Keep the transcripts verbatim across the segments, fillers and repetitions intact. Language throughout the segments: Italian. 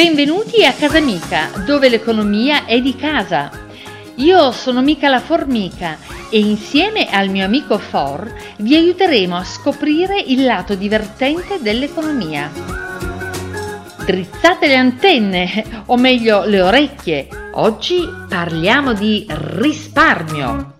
Benvenuti a Casa Mica, dove l'economia è di casa. Io sono Mica la Formica e insieme al mio amico For vi aiuteremo a scoprire il lato divertente dell'economia. Drizzate le antenne, o meglio le orecchie. Oggi parliamo di risparmio.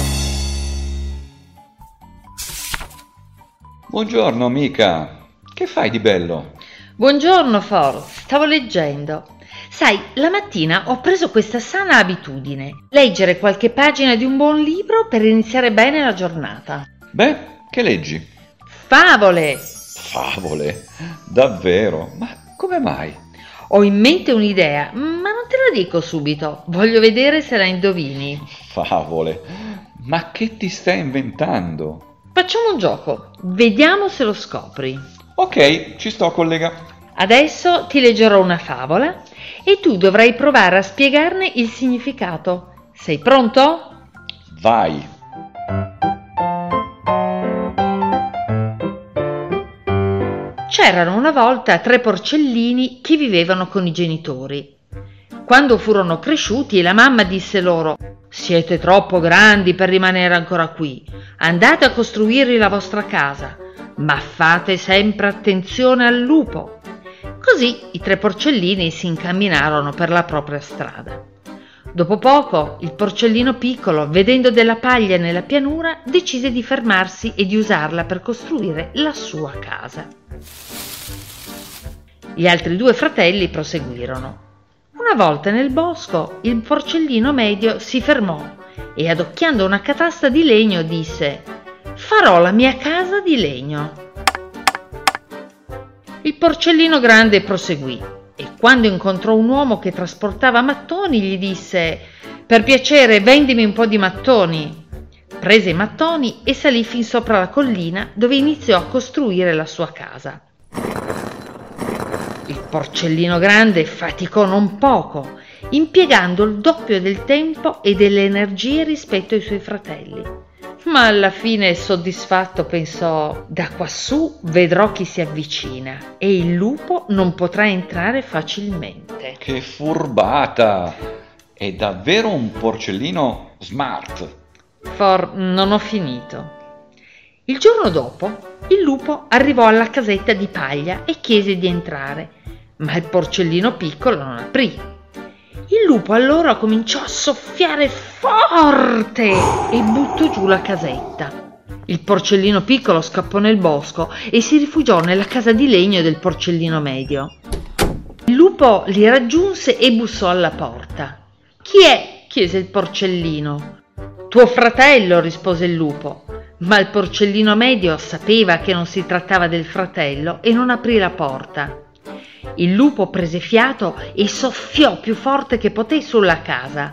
Buongiorno Mica, che fai di bello? Buongiorno For, stavo leggendo. Sai, la mattina ho preso questa sana abitudine, leggere qualche pagina di un buon libro per iniziare bene la giornata. Beh, che leggi? Favole! Favole? Davvero? Ma come mai? Ho in mente un'idea, ma non te la dico subito, voglio vedere se la indovini. Favole? Ma che ti stai inventando? Facciamo un gioco, vediamo se lo scopri. Ok, ci sto, collega. Adesso ti leggerò una favola e tu dovrai provare a spiegarne il significato. Sei pronto? Vai. C'erano una volta tre porcellini che vivevano con i genitori. Quando furono cresciuti, la mamma disse loro: «Siete troppo grandi per rimanere ancora qui. Andate a costruire la vostra casa, ma fate sempre attenzione al lupo». Così i tre porcellini si incamminarono per la propria strada. Dopo poco, il porcellino piccolo, vedendo della paglia nella pianura, decise di fermarsi e di usarla per costruire la sua casa. Gli altri due fratelli proseguirono. Una volta nel bosco, il porcellino medio si fermò e, adocchiando una catasta di legno, disse: «Farò la mia casa di legno». Il porcellino grande proseguì e, quando incontrò un uomo che trasportava mattoni, gli disse: «Per piacere, vendimi un po' di mattoni». Prese i mattoni e salì fin sopra la collina, dove iniziò a costruire la sua casa. Il porcellino grande faticò non poco, impiegando il doppio del tempo e delle energie rispetto ai suoi fratelli. Ma alla fine, soddisfatto, pensò: «Da quassù vedrò chi si avvicina e il lupo non potrà entrare facilmente». Che furbata! È davvero un porcellino smart. For, non ho finito. Il giorno dopo, il lupo arrivò alla casetta di paglia e chiese di entrare, ma il porcellino piccolo non aprì. Il lupo allora cominciò a soffiare forte e buttò giù la casetta. Il porcellino piccolo scappò nel bosco e si rifugiò nella casa di legno del porcellino medio. Il lupo li raggiunse e bussò alla porta. «Chi è?» chiese il porcellino. «Tuo fratello», rispose il lupo, ma il porcellino medio sapeva che non si trattava del fratello e non aprì la porta. Il lupo prese fiato e soffiò più forte che poté sulla casa.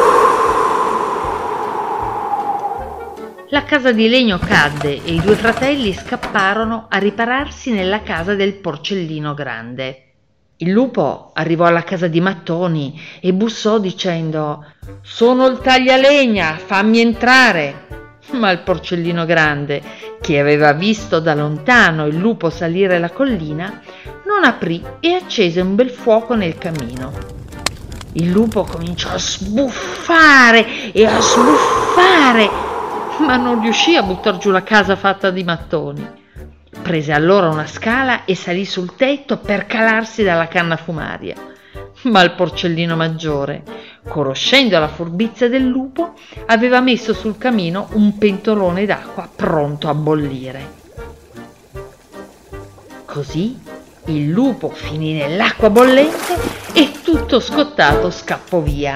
La casa di legno cadde e i due fratelli scapparono a ripararsi nella casa del porcellino grande. Il lupo arrivò alla casa di mattoni e bussò dicendo: «Sono il taglialegna, fammi entrare». Ma il porcellino grande, che aveva visto da lontano il lupo salire la collina, non aprì e accese un bel fuoco nel camino. Il lupo cominciò a sbuffare e a sbuffare, ma non riuscì a buttar giù la casa fatta di mattoni. Prese allora una scala e salì sul tetto per calarsi dalla canna fumaria. Ma il porcellino maggiore, conoscendo la furbizia del lupo, aveva messo sul camino un pentolone d'acqua pronto a bollire. Così il lupo finì nell'acqua bollente e, tutto scottato, scappò via.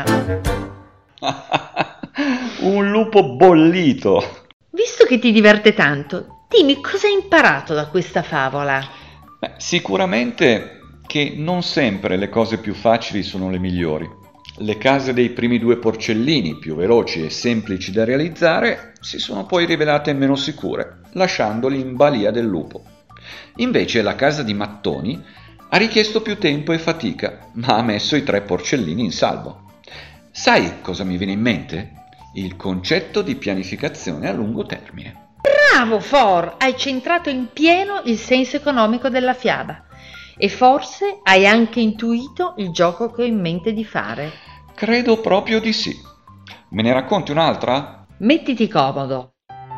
Un lupo bollito! Visto che ti diverte tanto, dimmi cosa hai imparato da questa favola. Beh, sicuramente che non sempre le cose più facili sono le migliori. Le case dei primi due porcellini, più veloci e semplici da realizzare, si sono poi rivelate meno sicure, lasciandoli in balia del lupo. Invece la casa di mattoni ha richiesto più tempo e fatica, ma ha messo i tre porcellini in salvo. Sai cosa mi viene in mente? Il concetto di pianificazione a lungo termine. Bravo For, hai centrato in pieno il senso economico della fiaba. E forse hai anche intuito il gioco che ho in mente di fare. Credo proprio di sì. Me ne racconti un'altra? Mettiti comodo.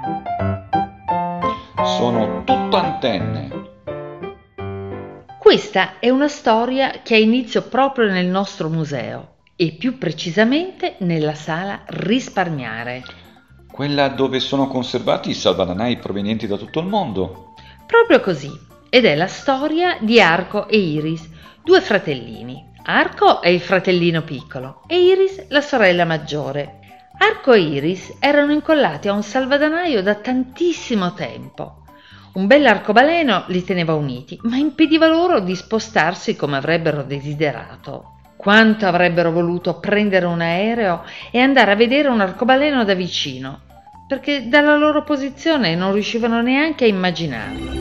Sono tutto antenne. Questa è una storia che ha inizio proprio nel nostro museo e più precisamente nella sala Risparmiare. Quella dove sono conservati i salvadanai provenienti da tutto il mondo. Proprio così, ed è la storia di Arco e Iris, due fratellini. Arco è il fratellino piccolo e Iris la sorella maggiore. Arco e Iris erano incollati a un salvadanaio da tantissimo tempo. Un bell'arcobaleno li teneva uniti, ma impediva loro di spostarsi come avrebbero desiderato. Quanto avrebbero voluto prendere un aereo e andare a vedere un arcobaleno da vicino, perché dalla loro posizione non riuscivano neanche a immaginarlo.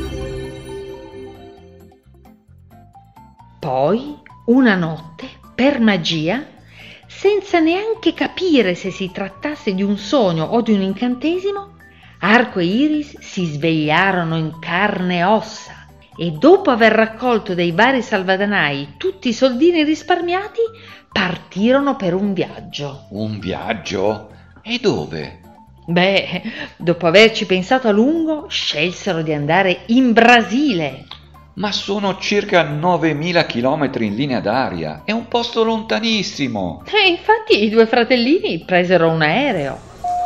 Poi, una notte, per magia, senza neanche capire se si trattasse di un sogno o di un incantesimo, Arco e Iris si svegliarono in carne e ossa e dopo aver raccolto dai vari salvadanai tutti i soldini risparmiati, partirono per un viaggio. Un viaggio? E dove? Beh, dopo averci pensato a lungo, scelsero di andare in Brasile. Ma sono circa novemila chilometri in linea d'aria. È un posto lontanissimo. E infatti i due fratellini presero un aereo.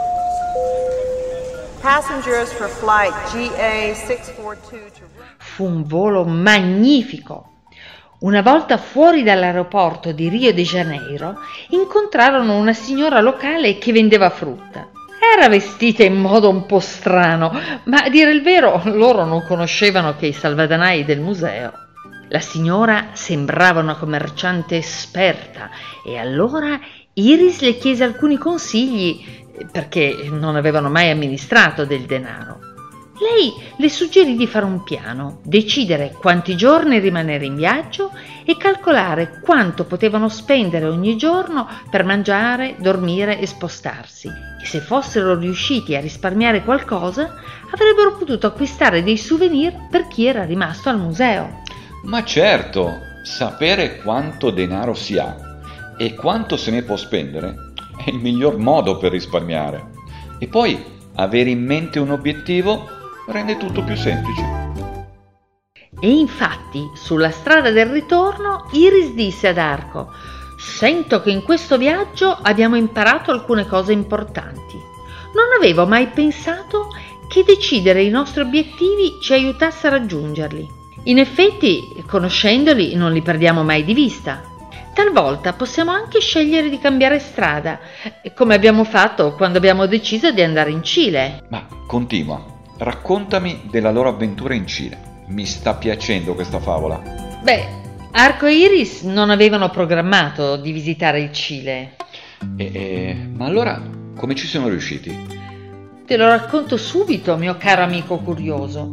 Passengers for flight G A sei quattro due to... Fu un volo magnifico. Una volta fuori dall'aeroporto di Rio de Janeiro, incontrarono una signora locale che vendeva frutta. Era vestita in modo un po' strano, ma a dire il vero loro non conoscevano che i salvadanai del museo. La signora sembrava una commerciante esperta e allora Iris le chiese alcuni consigli perché non avevano mai amministrato del denaro. Lei le suggerì di fare un piano, decidere quanti giorni rimanere in viaggio e calcolare quanto potevano spendere ogni giorno per mangiare, dormire e spostarsi. E se fossero riusciti a risparmiare qualcosa, avrebbero potuto acquistare dei souvenir per chi era rimasto al museo. Ma certo, sapere quanto denaro si ha e quanto se ne può spendere è il miglior modo per risparmiare. E poi avere in mente un obiettivo rende tutto più semplice. E infatti, sulla strada del ritorno, Iris disse ad Arco: «Sento che in questo viaggio abbiamo imparato alcune cose importanti. Non avevo mai pensato che decidere i nostri obiettivi ci aiutasse a raggiungerli. In effetti, conoscendoli, non li perdiamo mai di vista. Talvolta possiamo anche scegliere di cambiare strada, come abbiamo fatto quando abbiamo deciso di andare in Cile». Ma continua, raccontami della loro avventura in Cile. Mi sta piacendo questa favola. Beh, Arco e Iris non avevano programmato di visitare il Cile. E, e, ma allora come ci sono riusciti? Te lo racconto subito, mio caro amico curioso.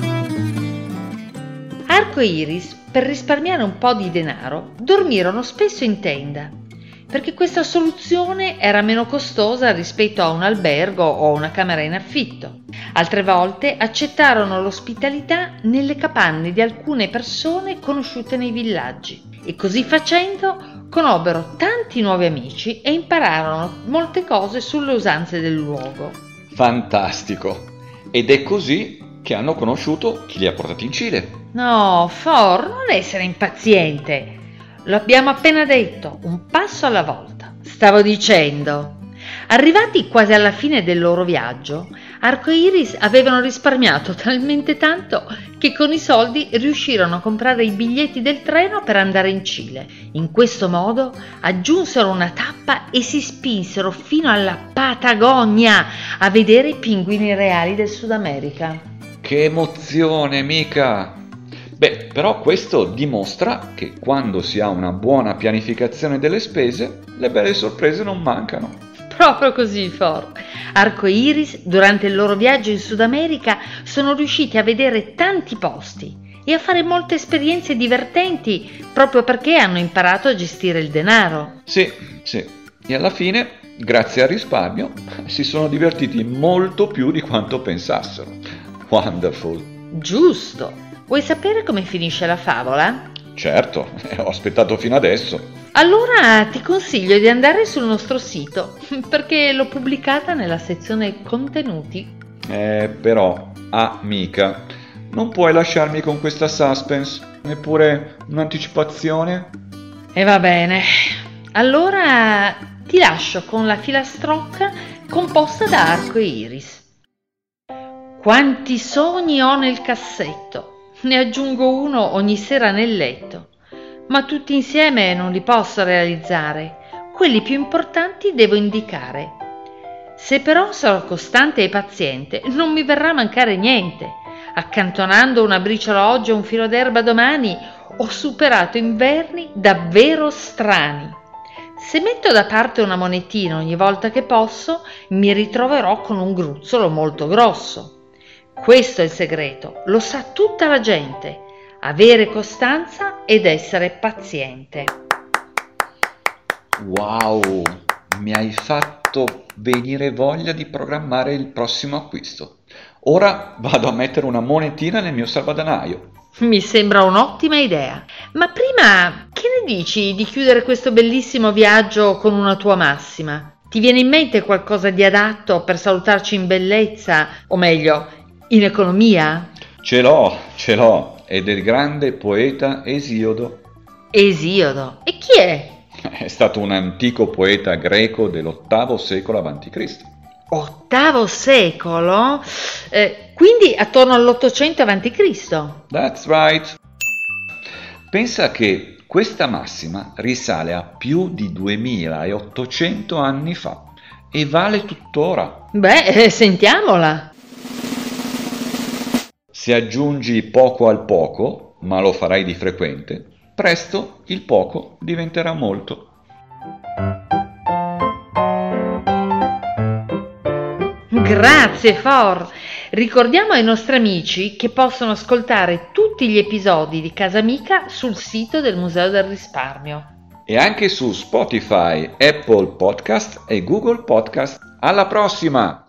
Arco e Iris, per risparmiare un po' di denaro, dormirono spesso in tenda, perché questa soluzione era meno costosa rispetto a un albergo o una camera in affitto. Altre volte accettarono l'ospitalità nelle capanne di alcune persone conosciute nei villaggi e così facendo conobbero tanti nuovi amici e impararono molte cose sulle usanze del luogo. Fantastico! Ed è così che hanno conosciuto chi li ha portati in Cile. No, For, non essere impaziente. Lo abbiamo appena detto, un passo alla volta. Stavo dicendo, arrivati quasi alla fine del loro viaggio, Arco e Iris avevano risparmiato talmente tanto che con i soldi riuscirono a comprare i biglietti del treno per andare in Cile. In questo modo aggiunsero una tappa e si spinsero fino alla Patagonia a vedere i pinguini reali del Sud America. Che emozione, mica! Beh, però questo dimostra che quando si ha una buona pianificazione delle spese, le belle sorprese non mancano. Proprio così, For. Arco e Iris, durante il loro viaggio in Sud America, sono riusciti a vedere tanti posti e a fare molte esperienze divertenti proprio perché hanno imparato a gestire il denaro. Sì, sì. E alla fine, grazie al risparmio, si sono divertiti molto più di quanto pensassero. Wonderful! Giusto. Vuoi sapere come finisce la favola? Certo, ho aspettato fino adesso. Allora ti consiglio di andare sul nostro sito, perché l'ho pubblicata nella sezione contenuti. Eh, però, amica, non puoi lasciarmi con questa suspense, neppure un'anticipazione? E va bene. Allora ti lascio con la filastrocca composta da arco e iris. Quanti sogni ho nel cassetto! Ne aggiungo uno ogni sera nel letto, ma tutti insieme non li posso realizzare. Quelli più importanti devo indicare. Se però sarò costante e paziente, non mi verrà a mancare niente. Accantonando una briciola oggi e un filo d'erba domani, ho superato inverni davvero strani. Se metto da parte una monetina ogni volta che posso, mi ritroverò con un gruzzolo molto grosso. Questo è il segreto, lo sa tutta la gente: avere costanza ed essere paziente. Wow, mi hai fatto venire voglia di programmare il prossimo acquisto. Ora vado a mettere una monetina nel mio salvadanaio. Mi sembra un'ottima idea. Ma prima, che ne dici di chiudere questo bellissimo viaggio con una tua massima? Ti viene in mente qualcosa di adatto per salutarci in bellezza, o meglio, in economia? Ce l'ho, ce l'ho, è del grande poeta Esiodo. Esiodo? E chi è? È stato un antico poeta greco dell'ottavo secolo avanti Cristo. Ottavo secolo? Eh, quindi attorno all'ottocento avanti Cristo. That's right. Pensa che questa massima risale a più di duemilaottocento anni fa e vale tuttora. Beh, eh, sentiamola. Se aggiungi poco al poco, ma lo farai di frequente, presto il poco diventerà molto. Grazie For! Ricordiamo ai nostri amici che possono ascoltare tutti gli episodi di Casa Amica sul sito del Museo del Risparmio. E anche su Spotify, Apple Podcast e Google Podcast. Alla prossima!